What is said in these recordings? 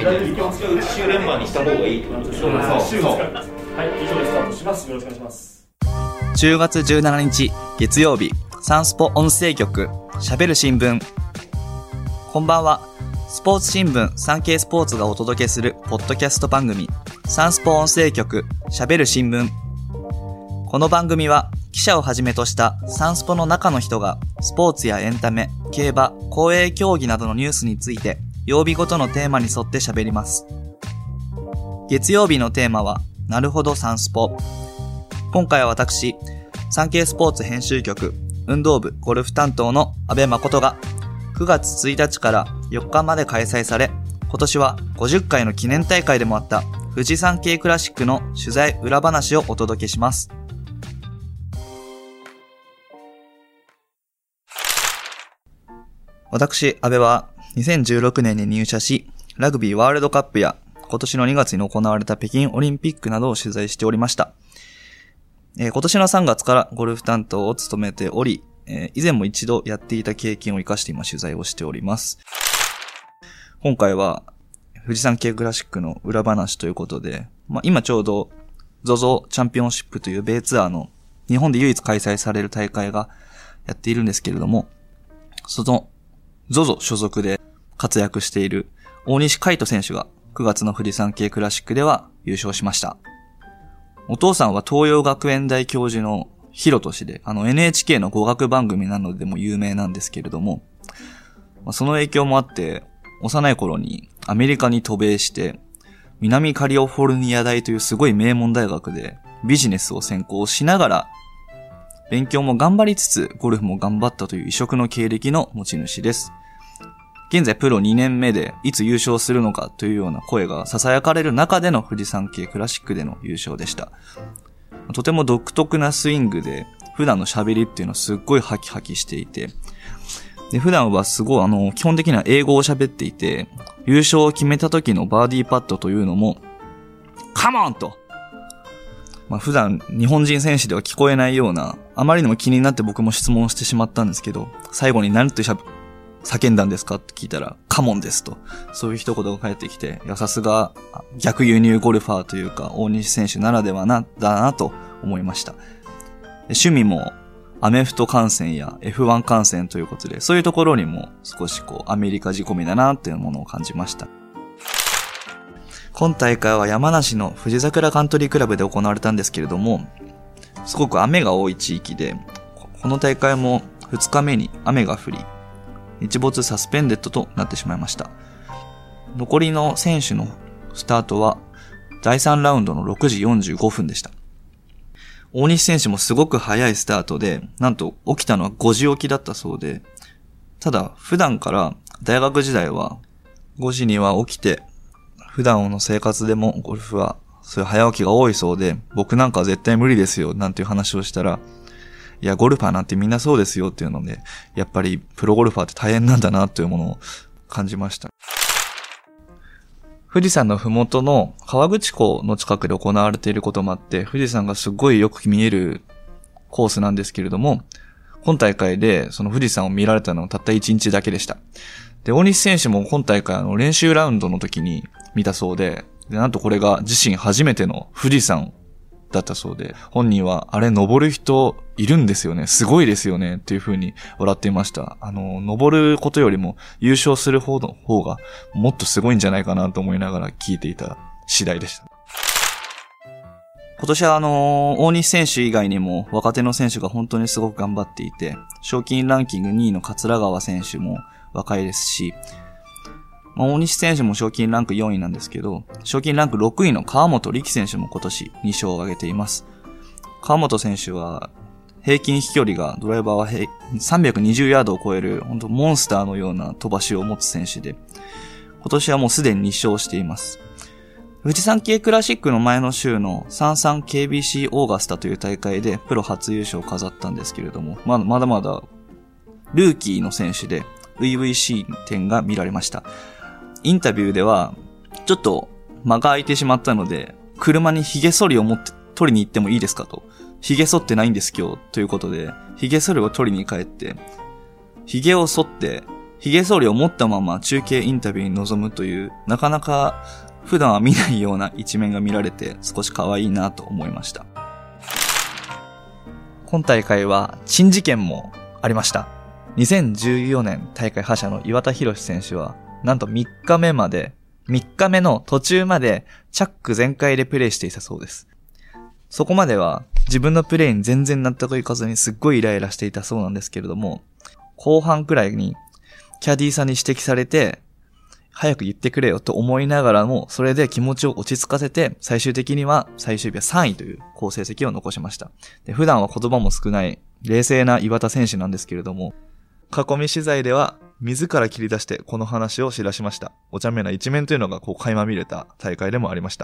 週連番にした方がいいってことでしょ。 はい、以上でスタートします。よろしくお願いします。 10月17日月曜日、サンスポ音声局喋る新聞。こんばんは。スポーツ新聞サンケイスポーツがお届けするポッドキャスト番組、サンスポ音声局喋る新聞。この番組は記者をはじめとしたサンスポの中の人がスポーツやエンタメ、競馬、公営競技などのニュースについて曜日ごとのテーマに沿って喋ります。月曜日のテーマはなるほどサンスポ。今回は私、サンケイスポーツ編集局運動部ゴルフ担当の阿部誠が9月1日から4日まで開催され、今年は50回の記念大会でもあった富士山系クラシックの取材裏話をお届けします。私、阿部は2016年に入社し、ラグビーワールドカップや今年の2月に行われた北京オリンピックなどを取材しておりました。今年の3月からゴルフ担当を務めており、以前も一度やっていた経験を生かして今取材をしております。今回は富士山系クラシックの裏話ということで、今ちょうど ZOZO チャンピオンシップという米ツアーの日本で唯一開催される大会がやっているんですけれども、その ZOZO 所属で活躍している大西海斗選手が9月の富士山系クラシックでは優勝しました。お父さんは東洋学園大教授のヒロト氏で、NHK の語学番組なのでも有名なんですけれども、その影響もあって幼い頃にアメリカに渡米して南カリフォルニア大というすごい名門大学でビジネスを専攻しながら勉強も頑張りつつゴルフも頑張ったという異色の経歴の持ち主です。現在プロ2年目でいつ優勝するのかというような声が囁かれる中での富士山系クラシックでの優勝でした。とても独特なスイングで普段の喋りっていうのはすっごいハキハキしていて、で普段はすごい基本的には英語を喋っていて、優勝を決めた時のバーディーパットというのもカモンと、普段日本人選手では聞こえないような、あまりにも気になって僕も質問してしまったんですけど、最後に何と叫んだんですかって聞いたらカモンですと、そういう一言が返ってきて、いやさすが逆輸入ゴルファーというか大西選手ならではだなと思いました。趣味もアメフト観戦や F1 観戦ということで、そういうところにも少しアメリカ仕込みだなっていうものを感じました。今大会は山梨の富士桜カントリークラブで行われたんですけれども、すごく雨が多い地域で、この大会も2日目に雨が降り、日没サスペンデッドとなってしまいました。残りの選手のスタートは第3ラウンドの6時45分でした。大西選手もすごく早いスタートで、なんと起きたのは5時起きだったそうで、ただ普段から大学時代は5時には起きて、普段の生活でもゴルフはそういう早起きが多いそうで、僕なんかは絶対無理ですよなんていう話をしたら、いやゴルファーなんてみんなそうですよっていうので、やっぱりプロゴルファーって大変なんだなというものを感じました。富士山のふもとの河口湖の近くで行われていることもあって、富士山がすごいよく見えるコースなんですけれども、今大会でその富士山を見られたのはたった1日だけでした。で、大西選手も今大会練習ラウンドの時に見たそうで、なんとこれが自身初めての富士山だったそうで、本人はあれ登る人いるんですよね、すごいですよねっていう風に笑っていました。登ることよりも優勝する方がもっとすごいんじゃないかなと思いながら聞いていた次第でした。今年は大西選手以外にも若手の選手が本当にすごく頑張っていて、賞金ランキング2位の桂川選手も若いですし、大西選手も賞金ランク4位なんですけど、賞金ランク6位の川本力選手も今年2勝を挙げています。川本選手は平均飛距離がドライバーは320ヤードを超える本当モンスターのような飛ばしを持つ選手で、今年はもうすでに2勝しています。富士山系クラシックの前の週の 33KBC オーガスタという大会でプロ初優勝を飾ったんですけれども、まだまだルーキーの選手で初々しい点が見られました。インタビューではちょっと間が空いてしまったので、車に髭剃りを持って取りに行ってもいいですかと、髭剃ってないんです今日ということで、髭剃りを取りに帰って髭を剃って髭剃りを持ったまま中継インタビューに臨むという、なかなか普段は見ないような一面が見られて少し可愛いなと思いました。今大会は珍事件もありました。2014年大会覇者の岩田寛選手は、なんと3日目の途中までチャック全開でプレイしていたそうです。そこまでは自分のプレイに全然納得いかずにすっごいイライラしていたそうなんですけれども、後半くらいにキャディーさんに指摘されて、早く言ってくれよと思いながらも、それで気持ちを落ち着かせて、最終的には最終日は3位という好成績を残しました。で、普段は言葉も少ない冷静な岩田選手なんですけれども、囲み取材では自ら切り出してこの話を知らしました。お茶目な一面というのが垣間見れた大会でもありました。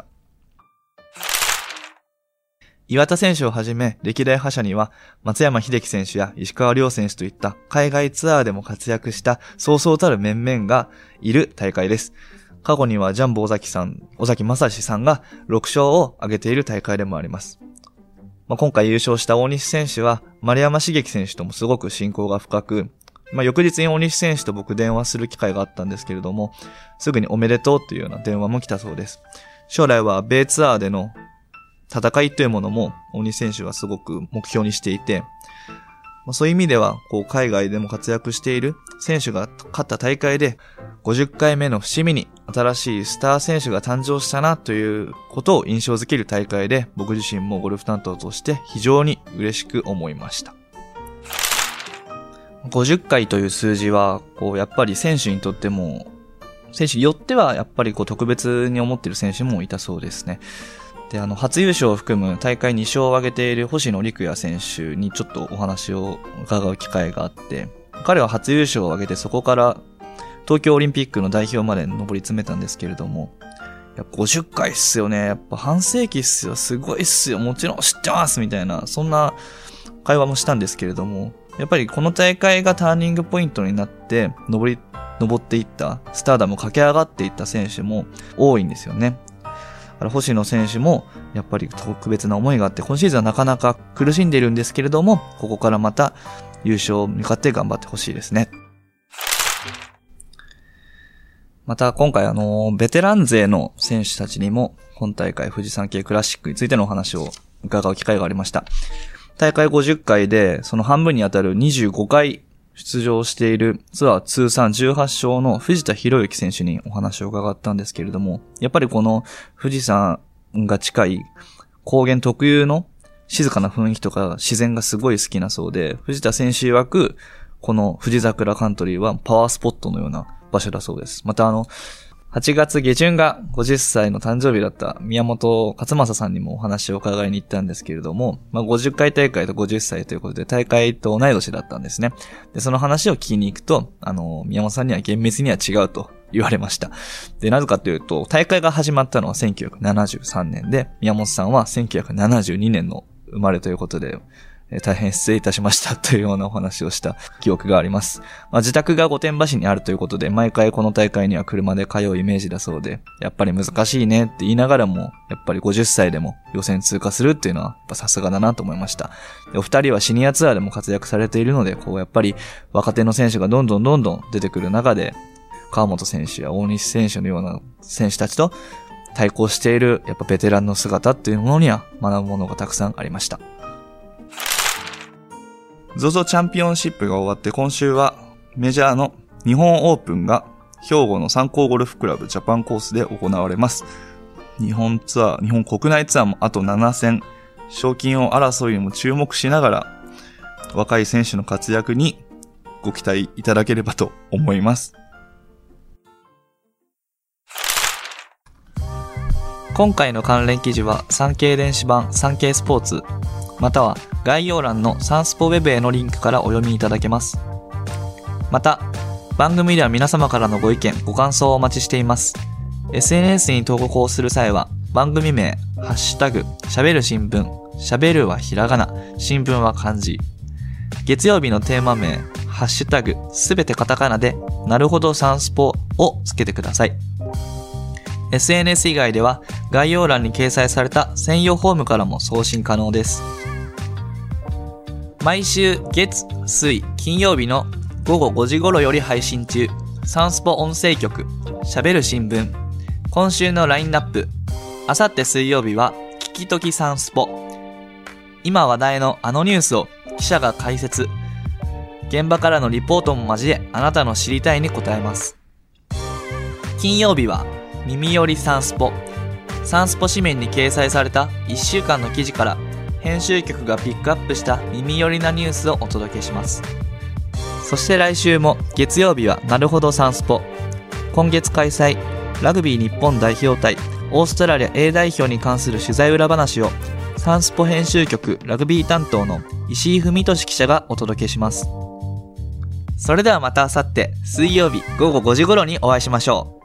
岩田選手をはじめ歴代覇者には松山英樹選手や石川遼選手といった海外ツアーでも活躍したそうそうたる面々がいる大会です。過去にはジャンボ尾崎正史さんが6勝を挙げている大会でもあります。今回優勝した大西選手は丸山茂樹選手ともすごく親交が深く、翌日に大西選手と僕電話する機会があったんですけれども、すぐにおめでとうというような電話も来たそうです。将来は米ツアーでの戦いというものも大西選手はすごく目標にしていて、そういう意味では海外でも活躍している選手が勝った大会で50回目の節目に新しいスター選手が誕生したなということを印象づける大会で、僕自身もゴルフ担当として非常に嬉しく思いました。50回という数字はやっぱり選手にとっても、選手によってはやっぱり特別に思っている選手もいたそうですね。で、初優勝を含む大会2勝を挙げている星野陸也選手にちょっとお話を伺う機会があって、彼は初優勝を挙げてそこから東京オリンピックの代表まで上り詰めたんですけれども、やっぱ50回っすよね。やっぱ半世紀っすよ。すごいっすよ。もちろん知ってますみたいな、そんな会話もしたんですけれども、やっぱりこの大会がターニングポイントになって登っていったスターダムを駆け上がっていった選手も多いんですよね。星野選手もやっぱり特別な思いがあって、今シーズンはなかなか苦しんでいるんですけれども、ここからまた優勝に向かって頑張ってほしいですね。また今回ベテラン勢の選手たちにも今大会富士山系クラシックについてのお話を伺う機会がありました。大会50回でその半分にあたる25回出場しているツアー通算18勝の藤田博之選手にお話を伺ったんですけれども、やっぱりこの富士山が近い高原特有の静かな雰囲気とか自然がすごい好きなそうで、藤田選手曰くこの富士桜カントリーはパワースポットのような場所だそうです。また8月下旬が50歳の誕生日だった宮本勝正さんにもお話を伺いに行ったんですけれども、50回大会と50歳ということで大会と同い年だったんですね。で、その話を聞きに行くと、宮本さんには厳密には違うと言われました。で、なぜかというと、大会が始まったのは1973年で、宮本さんは1972年の生まれということで、大変失礼いたしましたというようなお話をした記憶があります。自宅が御殿場市にあるということで、毎回この大会には車で通うイメージだそうで、やっぱり難しいねって言いながらも、やっぱり50歳でも予選通過するっていうのはやっぱさすがだなと思いました。で、お二人はシニアツアーでも活躍されているので、やっぱり若手の選手がどんどん出てくる中で、川本選手や大西選手のような選手たちと対抗しているやっぱベテランの姿っていうものには学ぶものがたくさんありました。ZOZO チャンピオンシップが終わって今週はメジャーの日本オープンが兵庫の三甲ゴルフクラブジャパンコースで行われます。日本国内ツアーもあと7戦、賞金王争いにも注目しながら若い選手の活躍にご期待いただければと思います。今回の関連記事は産経電子版産経スポーツまたは概要欄のサンスポウェブへのリンクからお読みいただけます。また、番組では皆様からのご意見、ご感想をお待ちしています。SNS に投稿する際は、番組名、ハッシュタグ、喋る新聞、喋るはひらがな、新聞は漢字。月曜日のテーマ名、ハッシュタグ、すべてカタカナで、なるほどサンスポをつけてください。SNS 以外では、概要欄に掲載された専用フォームからも送信可能です。毎週月、水、金曜日の午後5時頃より配信中、サンスポ音声局、喋る新聞。今週のラインナップ。あさって水曜日は、聞きときサンスポ。今話題のあのニュースを記者が解説。現場からのリポートも交え、あなたの知りたいに答えます。金曜日は、耳よりサンスポ。サンスポ紙面に掲載された1週間の記事から、編集局がピックアップした耳寄りなニュースをお届けします。そして来週も月曜日はなるほどサンスポ。今月開催、ラグビー日本代表対オーストラリア A 代表に関する取材裏話をサンスポ編集局ラグビー担当の石井文俊記者がお届けします。それではまた明後日水曜日午後5時頃にお会いしましょう。